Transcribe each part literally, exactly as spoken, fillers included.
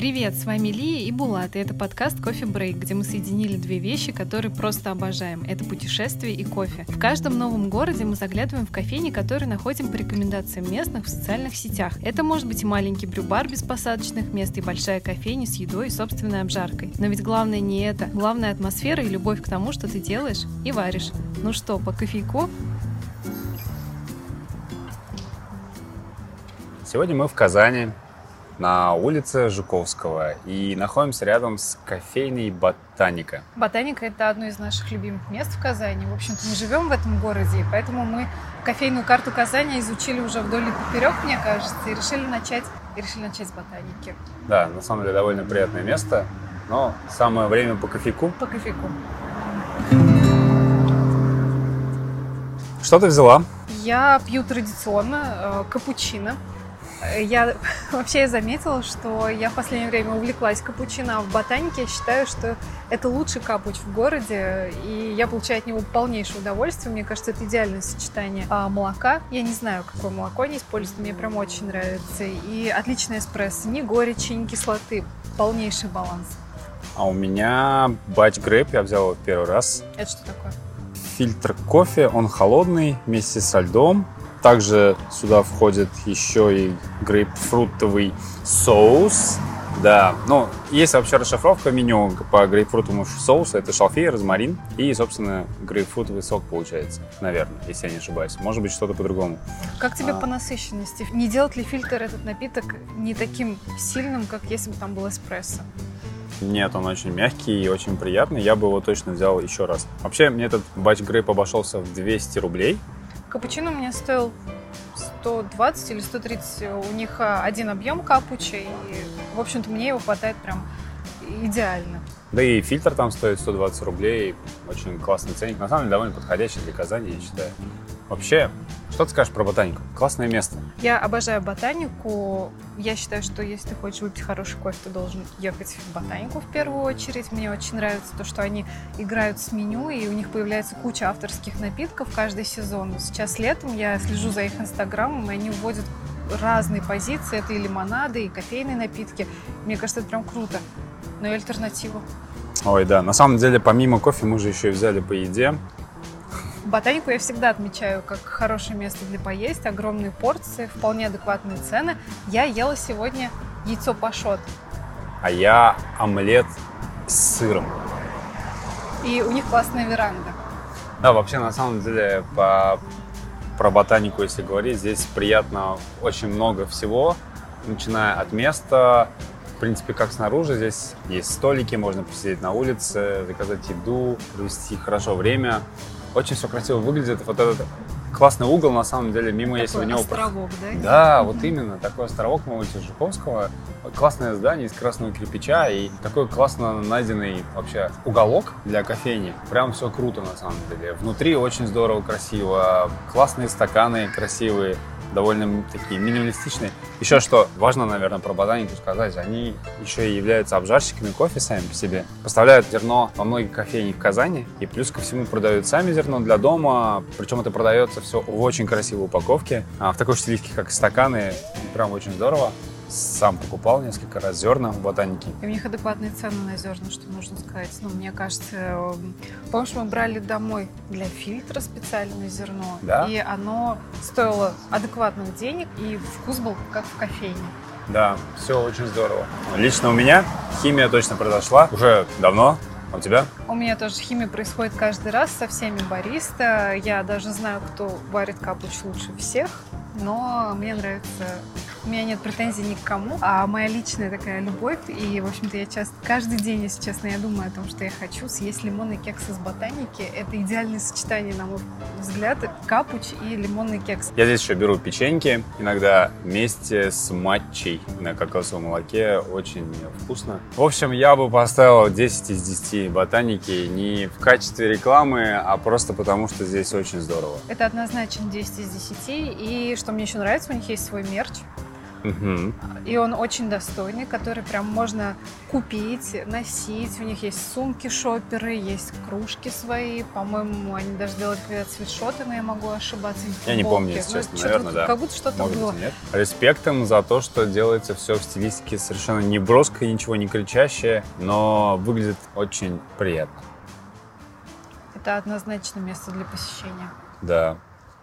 Привет, с вами Лия и Булат, и это подкаст Coffee Break, где мы соединили две вещи, которые просто обожаем. Это путешествие и кофе. В каждом новом городе мы заглядываем в кофейни, которые находим по рекомендациям местных в социальных сетях. Это может быть и маленький брю-бар без посадочных мест, и большая кофейня с едой и собственной обжаркой. Но ведь главное не это. Главное атмосфера и любовь к тому, что ты делаешь и варишь. Ну что, по кофейку? Сегодня мы в Казани, на улице Жуковского, и находимся рядом с кофейней «Ботаника». Ботаника — это одно из наших любимых мест в Казани. В общем-то, мы живем в этом городе, и поэтому мы кофейную карту Казани изучили уже вдоль и поперек, мне кажется, и решили начать, и решили начать с «Ботаники». Да, на самом деле довольно приятное место, но самое время по кофейку. По кофейку. Что ты взяла? Я пью традиционно э, капучино. Я вообще заметила, что я в последнее время увлеклась капучино, а в «Ботанике» я считаю, что это лучший капуч в городе, и я получаю от него полнейшее удовольствие. Мне кажется, это идеальное сочетание а, молока. Я не знаю, какое молоко они используют, мне прям очень нравится. И отличный эспрессо, ни горечи, ни кислоты, полнейший баланс. А у меня Batch Grape, я взял его в первый раз. Это что такое? Фильтр кофе, он холодный, вместе со льдом. Также сюда входит еще и грейпфрутовый соус. Да, ну, есть вообще расшифровка меню по грейпфрутовому соусу. Это шалфей, розмарин и, собственно, грейпфрутовый сок получается, наверное, если я не ошибаюсь. Может быть, что-то по-другому. Как тебе а... по насыщенности? Не делает ли фильтр этот напиток не таким сильным, как если бы там был эспрессо? Нет, он очень мягкий и очень приятный. Я бы его точно взял еще раз. Вообще, мне этот Batch Grape обошелся в двести рублей. Капучино у меня стоил сто двадцать или сто тридцать. У них один объем капучи, и, в общем-то, мне его хватает прям идеально. Да и фильтр там стоит сто двадцать рублей. Очень классный ценник. На самом деле, довольно подходящий для Казани, я считаю. Вообще, что ты скажешь про «Ботанику»? Классное место. Я обожаю «Ботанику». Я считаю, что если ты хочешь выпить хороший кофе, ты должен ехать в «Ботанику» в первую очередь. Мне очень нравится то, что они играют с меню, и у них появляется куча авторских напитков каждый сезон. Сейчас летом я слежу за их инстаграмом, и они вводят разные позиции. Это и лимонады, и кофейные напитки. Мне кажется, это прям круто. Но и альтернатива. Ой, да. На самом деле, помимо кофе, мы же еще и взяли по еде. «Ботанику» я всегда отмечаю как хорошее место для поесть, огромные порции, вполне адекватные цены. Я ела сегодня яйцо пашот. А я омлет с сыром. И у них классная веранда. Да, вообще, на самом деле, по... про «Ботанику», если говорить, здесь приятно очень много всего, начиная от места. В принципе, как снаружи, здесь есть столики, можно посидеть на улице, заказать еду, провести хорошо время. Очень все красиво выглядит. Вот этот классный угол, на самом деле, мимо я сегодня... Такой островок, да? Да, Mm-hmm. вот именно. Такой островок на улице Жуковского. Классное здание из красного кирпича и такой классно найденный вообще уголок для кофейни. Прям все круто, на самом деле. Внутри очень здорово, красиво. Классные стаканы красивые, довольно такие минималистичные. Еще что важно, наверное, про «Ботанику» сказать, они еще и являются обжарщиками кофе сами по себе. Поставляют зерно во многих кофейнях в Казани и плюс ко всему продают сами зерно для дома. Причем это продается все в очень красивой упаковке, в такой же стилистике, как и стаканы. Прям очень здорово. Сам покупал несколько раз зерна в «Ботанике». И у них адекватные цены на зерна, что нужно сказать. Ну, мне кажется, помнишь, мы брали домой для фильтра специальное зерно, да? И оно стоило адекватных денег, и вкус был как в кофейне. Да, все очень здорово. Лично у меня химия точно произошла уже давно. А у тебя? У меня тоже химия происходит каждый раз со всеми бариста. Я даже знаю, кто варит капуч лучше всех, но мне нравится... У меня нет претензий ни к кому, а моя личная такая любовь. И, в общем-то, я часто, каждый день, если честно, я думаю о том, что я хочу съесть лимонный кекс из «Ботаники». Это идеальное сочетание, на мой взгляд, капуч и лимонный кекс. Я здесь еще беру печеньки, иногда вместе с матчей на кокосовом молоке. Очень вкусно. В общем, я бы поставил десять из десяти «Ботаники» не в качестве рекламы, а просто потому, что здесь очень здорово. Это однозначно десять из десяти. И что мне еще нравится, у них есть свой мерч. Угу. И он очень достойный, который прям можно купить, носить. У них есть сумки-шоперы, есть кружки свои. По-моему, они даже делают какие-то свитшоты, но я могу ошибаться. Я не помню, если честно, ну, наверное, да. Как будто что-то Может было. быть, нет. Респект им за то, что делается все в стилистике совершенно не броское, ничего не кричащее, но выглядит очень приятно. Это однозначно место для посещения. Да.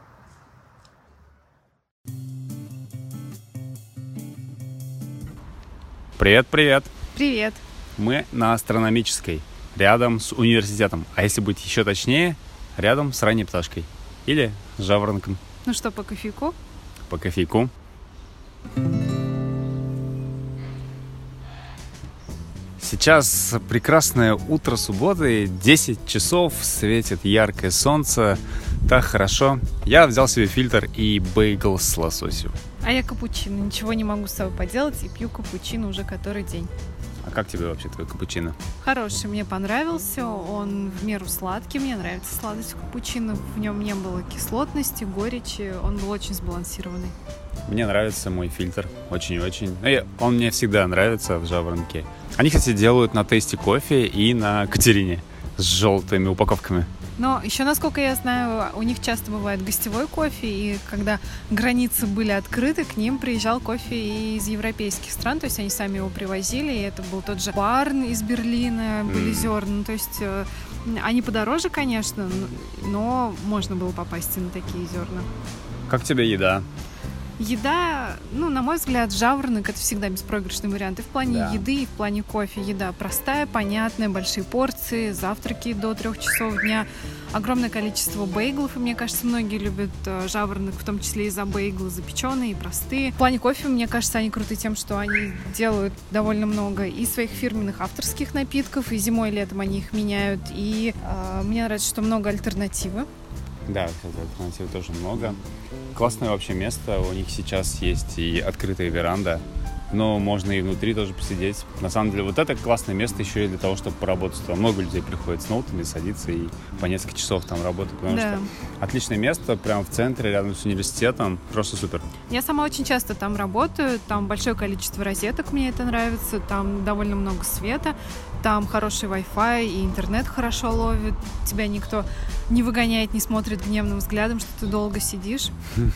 Привет-привет! Привет! Мы на Астрономической, рядом с университетом. А если быть еще точнее, рядом с ранней пташкой. Или с жаворонком. Ну что, по кофейку? По кофейку. Сейчас прекрасное утро субботы, десять часов, светит яркое солнце, так хорошо. Я взял себе фильтр и бейгл с лососью. А я капучино, ничего не могу с собой поделать и пью капучино уже который день. А как тебе вообще твой капучино? Хороший, мне понравился, он в меру сладкий, мне нравится сладость капучино, в нем не было кислотности, горечи, он был очень сбалансированный. Мне нравится мой фильтр, очень-очень. Он мне всегда нравится в жаворонке. Они, кстати, делают на Тесте кофе и на Катерине с желтыми упаковками. Но еще, насколько я знаю, у них часто бывает гостевой кофе, и когда границы были открыты, к ним приезжал кофе из европейских стран, то есть они сами его привозили, и это был тот же Барн из Берлина, были mm. зерна, то есть э, они подороже, конечно, но можно было попасть и на такие зерна. Как тебе еда? Еда, ну, на мой взгляд, жаворонок — это всегда беспроигрышный вариант. И в плане да. еды, и в плане кофе. Еда простая, понятная, большие порции, завтраки до трех часов дня, огромное количество бейглов. И мне кажется, многие любят жаворонок, в том числе и за бейглы запеченные, и простые. В плане кофе, мне кажется, они круты тем, что они делают довольно много и своих фирменных авторских напитков, и зимой и летом они их меняют. И э, мне нравится, что много альтернативы. Да, кстати, альтернатив тоже много. Классное вообще место. У них сейчас есть и открытая веранда, но можно и внутри тоже посидеть. На самом деле, вот это классное место еще и для того, чтобы поработать. Туда много людей приходит с ноутами, садится и по несколько часов там работает. Потому да. что отличное место, прямо в центре, рядом с университетом. Просто супер. Я сама очень часто там работаю. Там большое количество розеток, мне это нравится. Там довольно много света. Там хороший Wi-Fi и интернет хорошо ловит. Тебя никто не выгоняет, не смотрит гневным взглядом, что ты долго сидишь.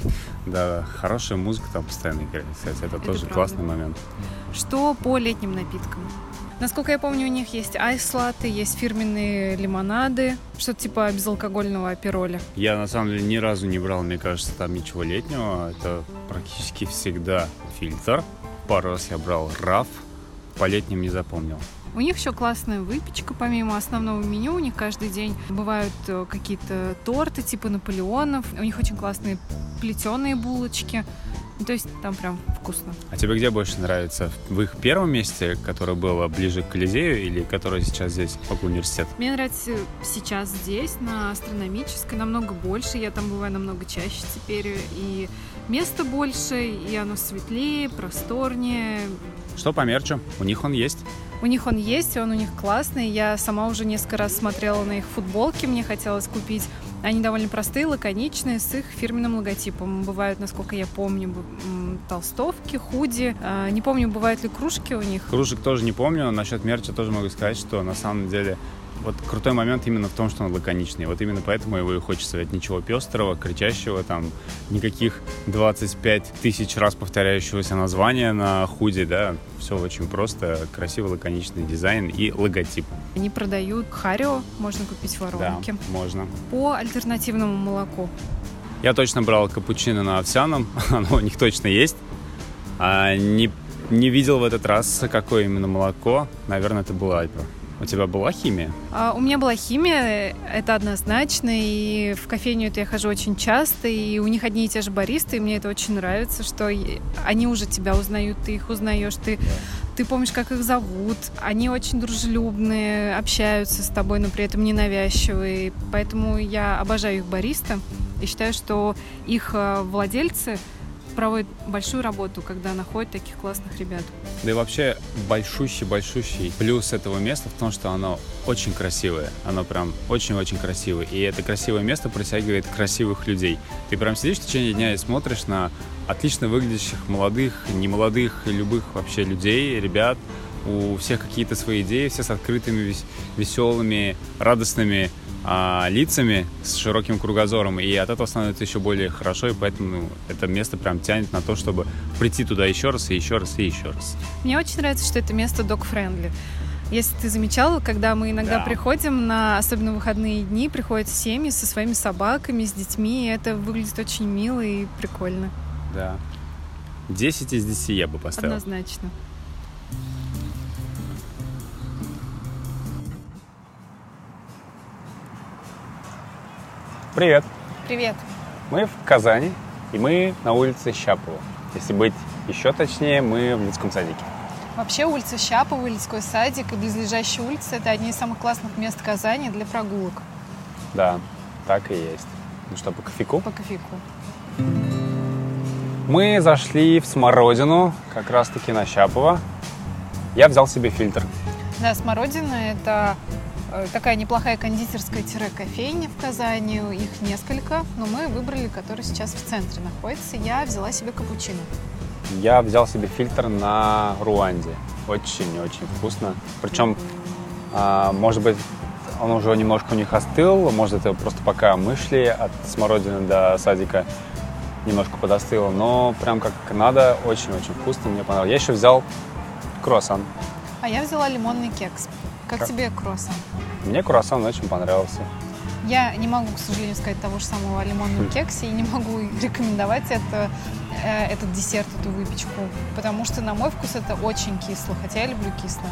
Да, хорошая музыка там постоянно играет, кстати. Это, это тоже правда. Классный момент. Что по летним напиткам? Насколько я помню, у них есть айс-латте, есть фирменные лимонады, что-то типа безалкогольного апероля. Я, на самом деле, ни разу не брал, мне кажется, там ничего летнего. Это практически всегда фильтр. Пару раз я брал раф, по летним не запомнил. У них еще классная выпечка, помимо основного меню. У них каждый день бывают какие-то торты типа Наполеонов. У них очень классные плетеные булочки. То есть там прям вкусно. А тебе где больше нравится? В их первом месте, которое было ближе к Колизею, или которое сейчас здесь, около университета? Мне нравится сейчас здесь, на Астрономической, намного больше. Я там бываю намного чаще теперь. И место больше, и оно светлее, просторнее. Что по мерчу? У них он есть? У них он есть, он у них классный. Я сама уже несколько раз смотрела на их футболки, мне хотелось купить. Они довольно простые, лаконичные, с их фирменным логотипом. Бывают, насколько я помню, толстовки, худи. Не помню, бывают ли кружки у них. Кружек тоже не помню. Насчет мерча тоже могу сказать, что на самом деле вот крутой момент именно в том, что он лаконичный. Вот именно поэтому его и хочется. Ведь ничего пестрого, кричащего, там никаких двадцать пять тысяч раз повторяющегося названия на худи, да. Все очень просто, красивый лаконичный дизайн и логотип. Они продают харио, можно купить в воронке. Да, можно. По альтернативному молоку. Я точно брал капучино на овсяном, оно у них точно есть. А не, не видел в этот раз, какое именно молоко. Наверное, это было Альпа. У тебя была химия? А, у меня была химия, это однозначно, и в кофейню это я хожу очень часто, и у них одни и те же баристы, и мне это очень нравится, что они уже тебя узнают, ты их узнаешь, ты, ты помнишь, как их зовут, они очень дружелюбные, общаются с тобой, но при этом ненавязчивые, поэтому я обожаю их бариста, и считаю, что их владельцы проводит большую работу, когда находит таких классных ребят. Да и вообще большущий-большущий плюс этого места в том, что оно очень красивое. Оно прям очень-очень красивое. И это красивое место притягивает красивых людей. Ты прям сидишь в течение дня и смотришь на отлично выглядящих молодых, немолодых, любых вообще людей, ребят. У всех какие-то свои идеи, все с открытыми, веселыми, радостными а, лицами, с широким кругозором. И от этого становится еще более хорошо, и поэтому ну, это место прям тянет на то, чтобы прийти туда еще раз, и еще раз, и еще раз. Мне очень нравится, что это место dog-friendly. Если ты замечал, когда мы иногда да. приходим на, особенно выходные дни, приходят семьи со своими собаками, с детьми, и это выглядит очень мило и прикольно. Да. десять из десяти я бы поставил. Однозначно. Привет. Привет. Мы в Казани, и мы на улице Щапова. Если быть еще точнее, мы в Людском садике. Вообще улица Щапова, Людской садик и близлежащие улицы – это одни из самых классных мест Казани для прогулок. Да, так и есть. Ну что, по кофейку? По кофейку. Мы зашли в Смородину, как раз-таки на Щапова. Я взял себе фильтр. Да, Смородина – это такая неплохая кондитерская-кофейня в Казани. Их несколько, но мы выбрали, который сейчас в центре находится. Я взяла себе капучино. Я взял себе фильтр на Руанде. Очень-очень вкусно. Причем, а, может быть, он уже немножко у них остыл. Может, это просто пока мы шли от Смородины до садика, немножко подостыло. Но прям как надо, очень-очень вкусно. Мне понравилось. Я еще взял круассан. А я взяла лимонный кекс. Как, как? тебе круассан? Мне круассан очень понравился. Я не могу, к сожалению, сказать того же самого о лимонном кексе и не могу рекомендовать это, э, этот десерт, эту выпечку, потому что, на мой вкус, это очень кисло, хотя я люблю кислое.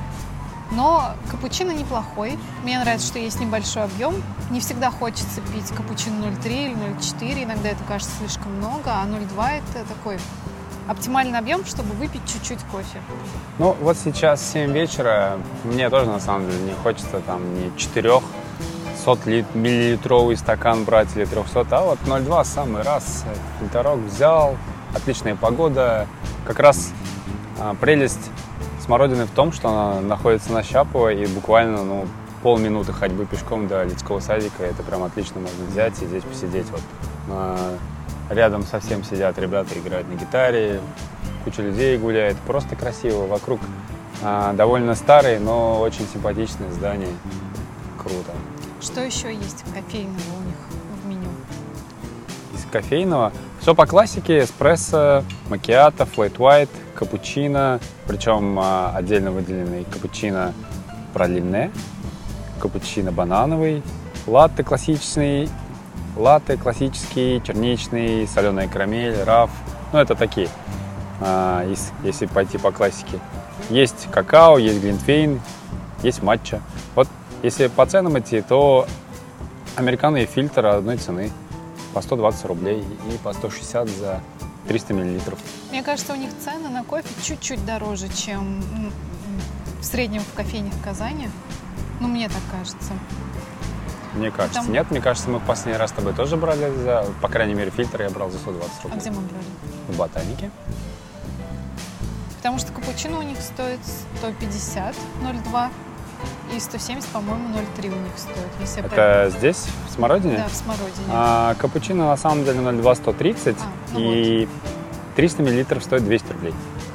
Но капучино неплохой. Мне нравится, что есть небольшой объем. Не всегда хочется пить капучино ноль три или ноль четыре, иногда это кажется слишком много, а ноль два это такой оптимальный объем, чтобы выпить чуть-чуть кофе. Ну, вот сейчас семь вечера, мне тоже, на самом деле, не хочется там не четырех миллилитровый стакан брать или трехсот, а вот ноль два самый раз. Фильтрок взял, отличная погода. Как раз а, прелесть Смородины в том, что она находится на Щапова, и буквально ну, полминуты ходьбы пешком до Людского садика. Это прям отлично можно взять и здесь посидеть. Вот. А, рядом совсем сидят ребята, играют на гитаре, куча людей гуляет. Просто красиво. Вокруг а, довольно старые, но очень симпатичные здания. Круто. Что еще есть кофейного у них в меню? Из кофейного все по классике: эспрессо, макиато, флэт уайт, капучино, причем а, отдельно выделенный капучино пролине, капучино банановый, латте классический, латте классический, черничный, соленая карамель, раф. Ну, это такие, а, если пойти по классике. Есть какао, есть глинтвейн, есть матча. Вот если по ценам идти, то американо и фильтр одной цены. По сто двадцать рублей и по сто шестьдесят за триста миллилитров. Мне кажется, у них цены на кофе чуть-чуть дороже, чем в среднем в кофейнях в Казани. Ну, мне так кажется. Мне кажется. Там... Нет, мне кажется, мы в последний раз с тобой тоже брали за, по крайней мере, фильтр я брал за сто двадцать рублей. А где мы брали? В Ботанике. Потому что капучино у них стоит сто пятьдесят ноль два. И сто семьдесят, по-моему, ноль три у них стоит. Если это правильно... здесь, в Смородине? Да, в Смородине. А, капучино на самом деле ноль два сто тридцать, а, ну и вот. триста миллилитров стоит двести рублей.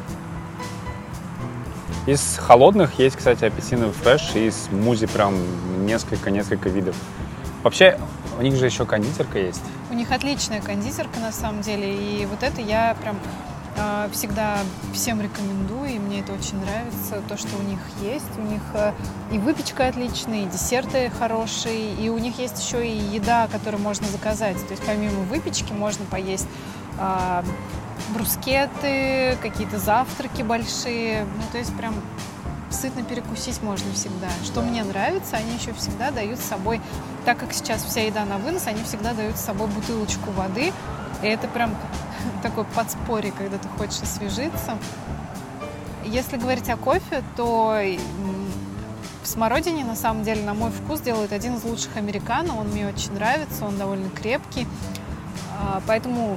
Из холодных есть, кстати, апельсиновый фреш и смузи, прям несколько-несколько видов. Вообще, у них же еще кондитерка есть. У них отличная кондитерка, на самом деле, и вот это я прям... всегда всем рекомендую, и мне это очень нравится, то, что у них есть. У них и выпечка отличная, и десерты хорошие, и у них есть еще и еда, которую можно заказать. То есть помимо выпечки можно поесть а, брускеты, какие-то завтраки большие. Ну, то есть прям сытно перекусить можно всегда. Что мне нравится, они еще всегда дают с собой, так как сейчас вся еда на вынос, они всегда дают с собой бутылочку воды. И это прям такое подспорье, когда ты хочешь освежиться. Если говорить о кофе, то в Смородине, на самом деле, на мой вкус, делают один из лучших американо. Он мне очень нравится, он довольно крепкий. Поэтому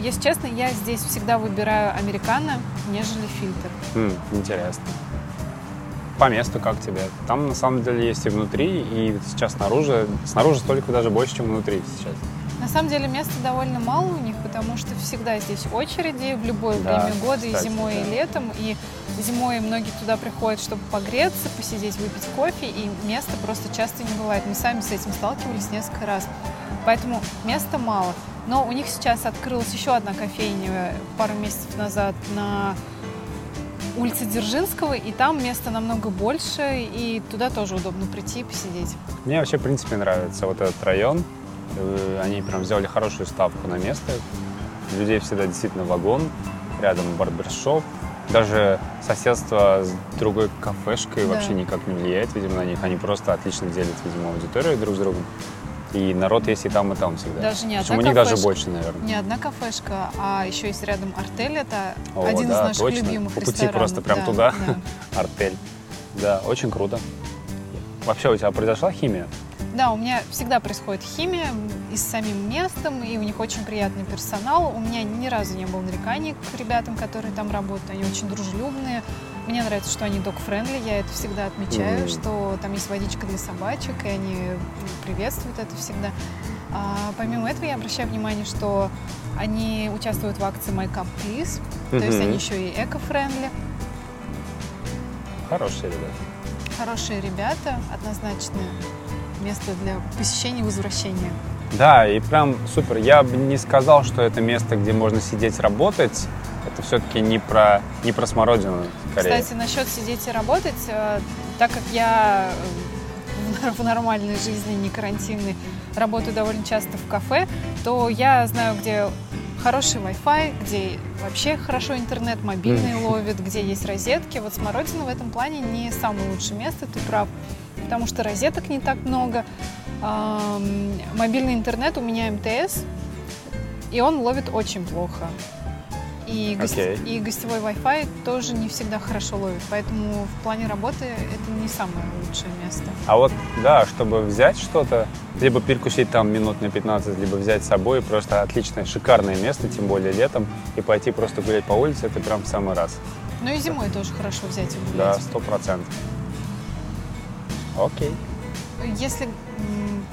Если честно, я здесь всегда выбираю американо, нежели фильтр. М, интересно. По месту как тебе? Там на самом деле есть и внутри, и сейчас снаружи. Снаружи столько даже больше, чем внутри сейчас. На самом деле места довольно мало у них, потому что всегда здесь очереди в любое Да, время года, кстати, и зимой, да. и летом. И зимой многие туда приходят, чтобы погреться, посидеть, выпить кофе, и места просто часто не бывает. Мы сами с этим сталкивались несколько раз. Поэтому места мало. Но у них сейчас открылась еще одна кофейня пару месяцев назад на улице Дзержинского, и там места намного больше, и туда тоже удобно прийти и посидеть. Мне вообще, в принципе, нравится вот этот район. Э, Они прям сделали хорошую ставку на место. Людей всегда действительно вагон. Рядом барбершоп. Даже соседство с другой кафешкой Да. вообще никак не влияет, видимо, на них. Они просто отлично делят, видимо, аудиторию друг с другом. И народ есть и там, и там всегда. Даже не Причем одна у них даже кафешка. больше, наверное. Не одна кафешка, а еще есть рядом артель. Это О, один да, из наших точно. любимых По пути ресторанов. просто прям Да, туда. да. Артель. Да, очень круто. Вообще у тебя произошла химия? Да, у меня всегда происходит химия и с самим местом, и у них очень приятный персонал. У меня ни разу не было нареканий к ребятам, которые там работают. Они очень дружелюбные. Мне нравится, что они dog-friendly, я это всегда отмечаю, Мгм. что там есть водичка для собачек, и они приветствуют это всегда. А помимо этого я обращаю внимание, что они участвуют в акции My Cup Please, то есть Мгм. они еще и эко-френдли. Хорошие ребята. Хорошие ребята, однозначно место для посещения и возвращения. Да, и прям супер. Я бы не сказал, что это место, где можно сидеть работать. Это все-таки не про, не про смородину, скорее. Кстати, насчет сидеть и работать, э, так как я э, в нормальной жизни, не карантинной, работаю довольно часто в кафе, то я знаю, где хороший Wi-Fi, где вообще хорошо интернет, мобильный ловит, где есть розетки. Вот смородина в этом плане не самое лучшее место, ты прав, потому что розеток не так много. Ам, Мобильный интернет у меня эм тэ эс, и он ловит очень плохо. И, гос- Окей. и гостевой Wi-Fi тоже не всегда хорошо ловит, поэтому в плане работы это не самое лучшее место. А вот, да, чтобы взять что-то, либо перекусить там минут на пятнадцать, либо взять с собой, просто отличное, шикарное место, тем более летом, и пойти просто гулять по улице, это прям в самый раз. Ну и зимой тоже хорошо взять и Да, гулять. сто процентов. Окей. Если м,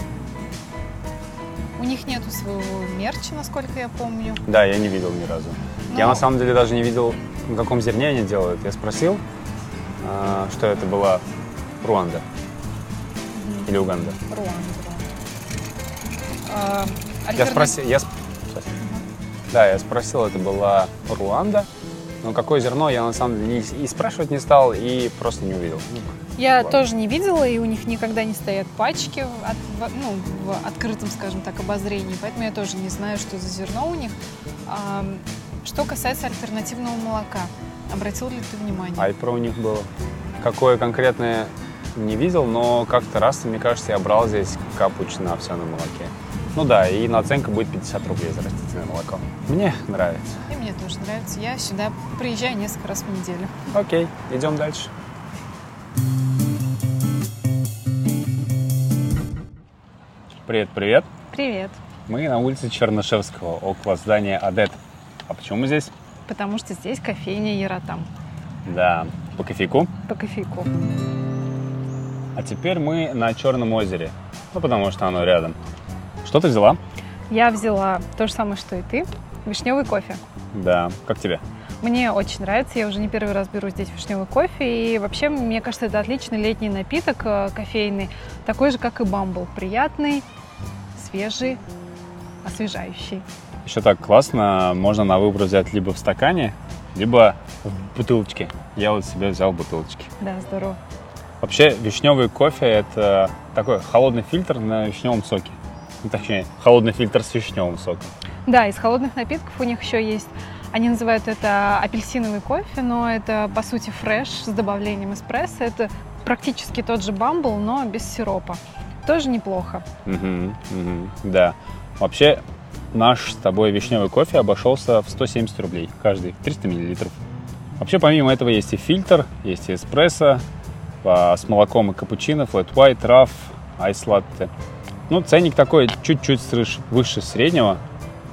у них нету своего мерча, насколько я помню. Да, я не видел ни разу. Я Но- на самом деле даже не видел, на каком зерне они делают. Я спросил, а, что это была Руанда Мгм. или Уганда. Руанда, Руанда. А, Я альтерна- спросил, я, сп- сейчас. Да, я спросил, это была Руанда, но какое зерно я на самом деле не- и спрашивать не стал, и просто не увидел. Ну, Я ладно. тоже не видела, и у них никогда не стоят пачки в, от- в- ну, в открытом, скажем так, обозрении, поэтому я тоже не знаю, что за зерно у них. А, что касается альтернативного молока, обратил ли ты внимание? Айпро у них было. Какое конкретное не видел, но как-то раз, мне кажется, я брал здесь капуч на овсяном молоке. Ну да, и наценка будет пятьдесят рублей за растительное молоко. Мне нравится. И мне тоже нравится. Я сюда приезжаю несколько раз в неделю. Окей, идем дальше. Привет, привет. Привет. Мы на улице Чернышевского, около здания АДЭТ. А почему мы здесь? Потому что здесь кофейня Яратам. Да, по кофейку. По кофейку. А теперь мы на Черном озере. Ну, потому что оно рядом. Что ты взяла? Я взяла то же самое, что и ты. Вишневый кофе. Да, как тебе? Мне очень нравится, я уже не первый раз беру здесь вишневый кофе, и вообще, мне кажется, это отличный летний напиток э, кофейный, такой же, как и Бамбл, приятный, свежий, освежающий. Еще так классно, можно на выбор взять либо в стакане, либо в бутылочке. Я вот себе взял бутылочки. Да, здорово. Вообще, вишневый кофе – это такой холодный фильтр на вишневом соке. Ну, точнее, холодный фильтр с вишневым соком. Да, из холодных напитков у них еще есть, они называют это апельсиновый кофе, но это, по сути, фреш с добавлением эспрессо. Это практически тот же Бамбл, но без сиропа. Тоже неплохо. Угу, угу, да. Вообще, наш с тобой вишневый кофе обошелся в сто семьдесят рублей каждый, триста миллилитров. Вообще, помимо этого, есть и фильтр, есть и эспрессо, а, с молоком и капучино, флэт white, раф, айс латте. Ну, ценник такой чуть-чуть выше среднего,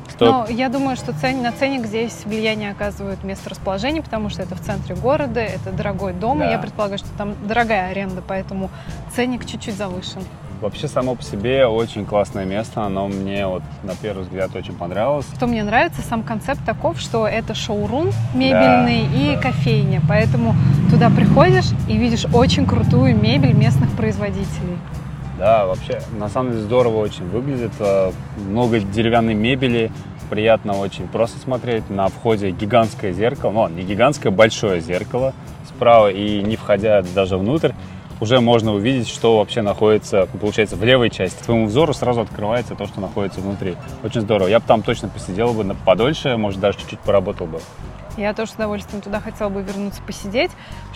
Но я думаю, что цен... на ценник здесь влияние оказывает место расположения, потому что это в центре города, это дорогой дом, да. И я предполагаю, что там дорогая аренда, поэтому ценник чуть-чуть завышен. Вообще, само по себе очень классное место, оно мне вот на первый взгляд очень понравилось. Что мне нравится, сам концепт таков, что это шоурум мебельный, да, и да. кофейня, поэтому туда приходишь и видишь очень крутую мебель местных производителей. Да, вообще, на самом деле здорово очень выглядит, много деревянной мебели, приятно очень просто смотреть. На входе гигантское зеркало, ну, не гигантское, большое зеркало справа, и не входя даже внутрь, уже можно увидеть, что вообще находится, получается, в левой части. Твоему взору сразу открывается то, что находится внутри. Очень здорово. Я бы там точно посидел бы подольше, может, даже чуть-чуть поработал бы. Я тоже с удовольствием туда хотела бы вернуться посидеть.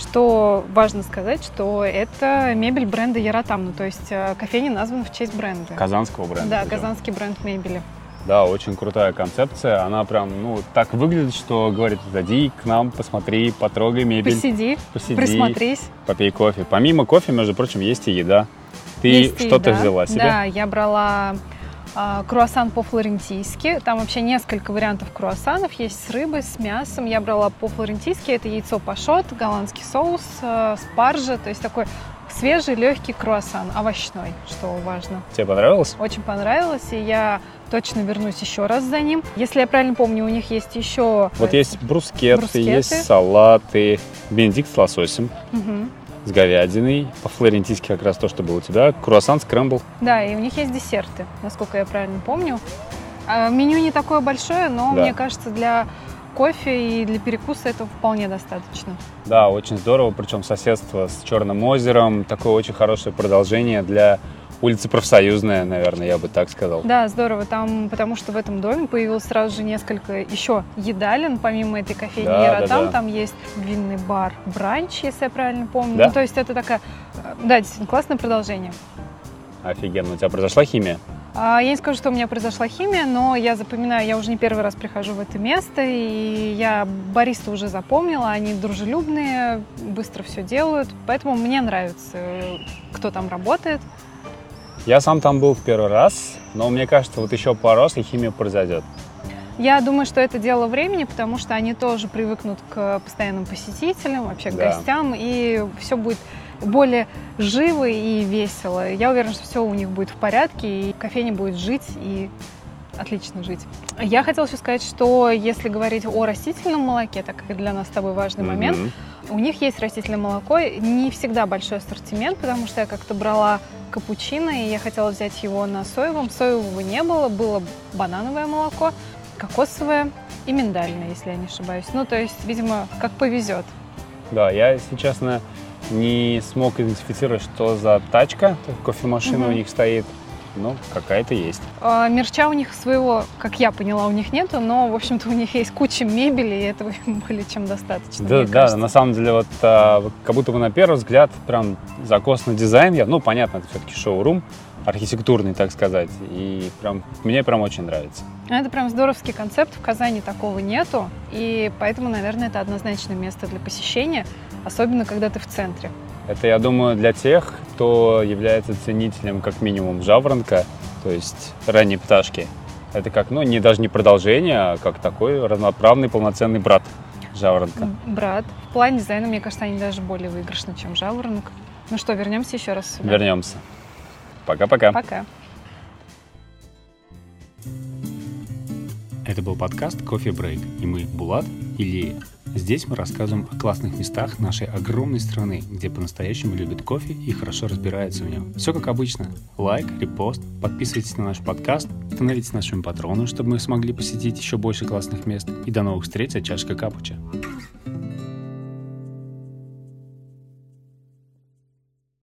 Что важно сказать, что это мебель бренда Яратам. Ну, то есть кофейня названа в честь бренда. Казанского бренда. Да, казанский бренд мебели. Да, очень крутая концепция. Она прям, ну, так выглядит, что говорит, зайди к нам, посмотри, потрогай мебель. Посиди, посиди, присмотрись. Попей кофе. Помимо кофе, между прочим, есть и еда. Ты есть что-то еда. Взяла себе? Да, я брала а, круассан по-флорентийски. Там вообще несколько вариантов круассанов. Есть с рыбой, с мясом. Я брала по-флорентийски. Это яйцо пашот, голландский соус, э, спаржа. То есть такой свежий, легкий круассан, овощной, что важно. Тебе понравилось? Очень понравилось, и я точно вернусь еще раз за ним. Если я правильно помню, у них есть еще... Вот есть брускеты, брускеты. Есть салаты, бенедикт с лососем, угу. с говядиной, по-флорентийски как раз то, что было у тебя, круассан, скрэмбл. Да, и у них есть десерты, насколько я правильно помню. Меню не такое большое, но да. мне кажется, для кофе и для перекуса этого вполне достаточно. Да, очень здорово, причем соседство с Черным озером, такое очень хорошее продолжение для улицы Профсоюзная, наверное, я бы так сказал. Да, здорово, там, потому что в этом доме появилось сразу же несколько еще едалин, помимо этой кофейни да, Яратам, да, да. Там есть винный бар «Бранч», если я правильно помню. Да? Ну, то есть это такая, да, действительно, классное продолжение. Офигенно. У тебя произошла химия? Я не скажу, что у меня произошла химия, но я запоминаю, я уже не первый раз прихожу в это место, и я бариста уже запомнила, они дружелюбные, быстро все делают, поэтому мне нравится, кто там работает. Я сам там был в первый раз, но мне кажется, вот еще пару раз и химия произойдет. Я думаю, что это дело времени, потому что они тоже привыкнут к постоянным посетителям, вообще к да. гостям, и все будет более живо и весело. Я уверена, что все у них будет в порядке, и кофейня будет жить и отлично жить. Я хотела еще сказать, что если говорить о растительном молоке, так как для нас с тобой важный mm-hmm. момент, у них есть растительное молоко, не всегда большой ассортимент, потому что я как-то брала капучино, и я хотела взять его на соевом. Соевого не было, было банановое молоко, кокосовое и миндальное, если я не ошибаюсь. Ну, то есть, видимо, как повезет. Да, я, если честно, не смог идентифицировать, что за тачка, кофемашина угу. у них стоит, но какая-то есть. А, мерча у них своего, как я поняла, у них нету, но, в общем-то, у них есть куча мебели, и этого более чем достаточно, да, да, кажется. На самом деле, вот а, как будто бы на первый взгляд прям закосный дизайн, я, ну, понятно, это все-таки шоурум, архитектурный, так сказать, и прям мне прям очень нравится. Это прям здоровский концепт, в Казани такого нету, и поэтому, наверное, это однозначное место для посещения, особенно когда ты в центре. Это, я думаю, для тех, кто является ценителем как минимум жаворонка, то есть ранней пташки. Это как, ну, не даже не продолжение, а как такой разноправный полноценный брат жаворонка. Брат. В плане дизайна, мне кажется, они даже более выигрышны, чем жаворонок. Ну что, вернемся еще раз сюда? Вернемся. Пока-пока. Пока. Это был подкаст «Кофе Брейк», и мы Булат и Лея. Здесь мы рассказываем о классных местах нашей огромной страны, где по-настоящему любят кофе и хорошо разбираются в нем. Все как обычно. Лайк, репост, подписывайтесь на наш подкаст, становитесь нашими патронами, чтобы мы смогли посетить еще больше классных мест. И до новых встреч от чашки капуча.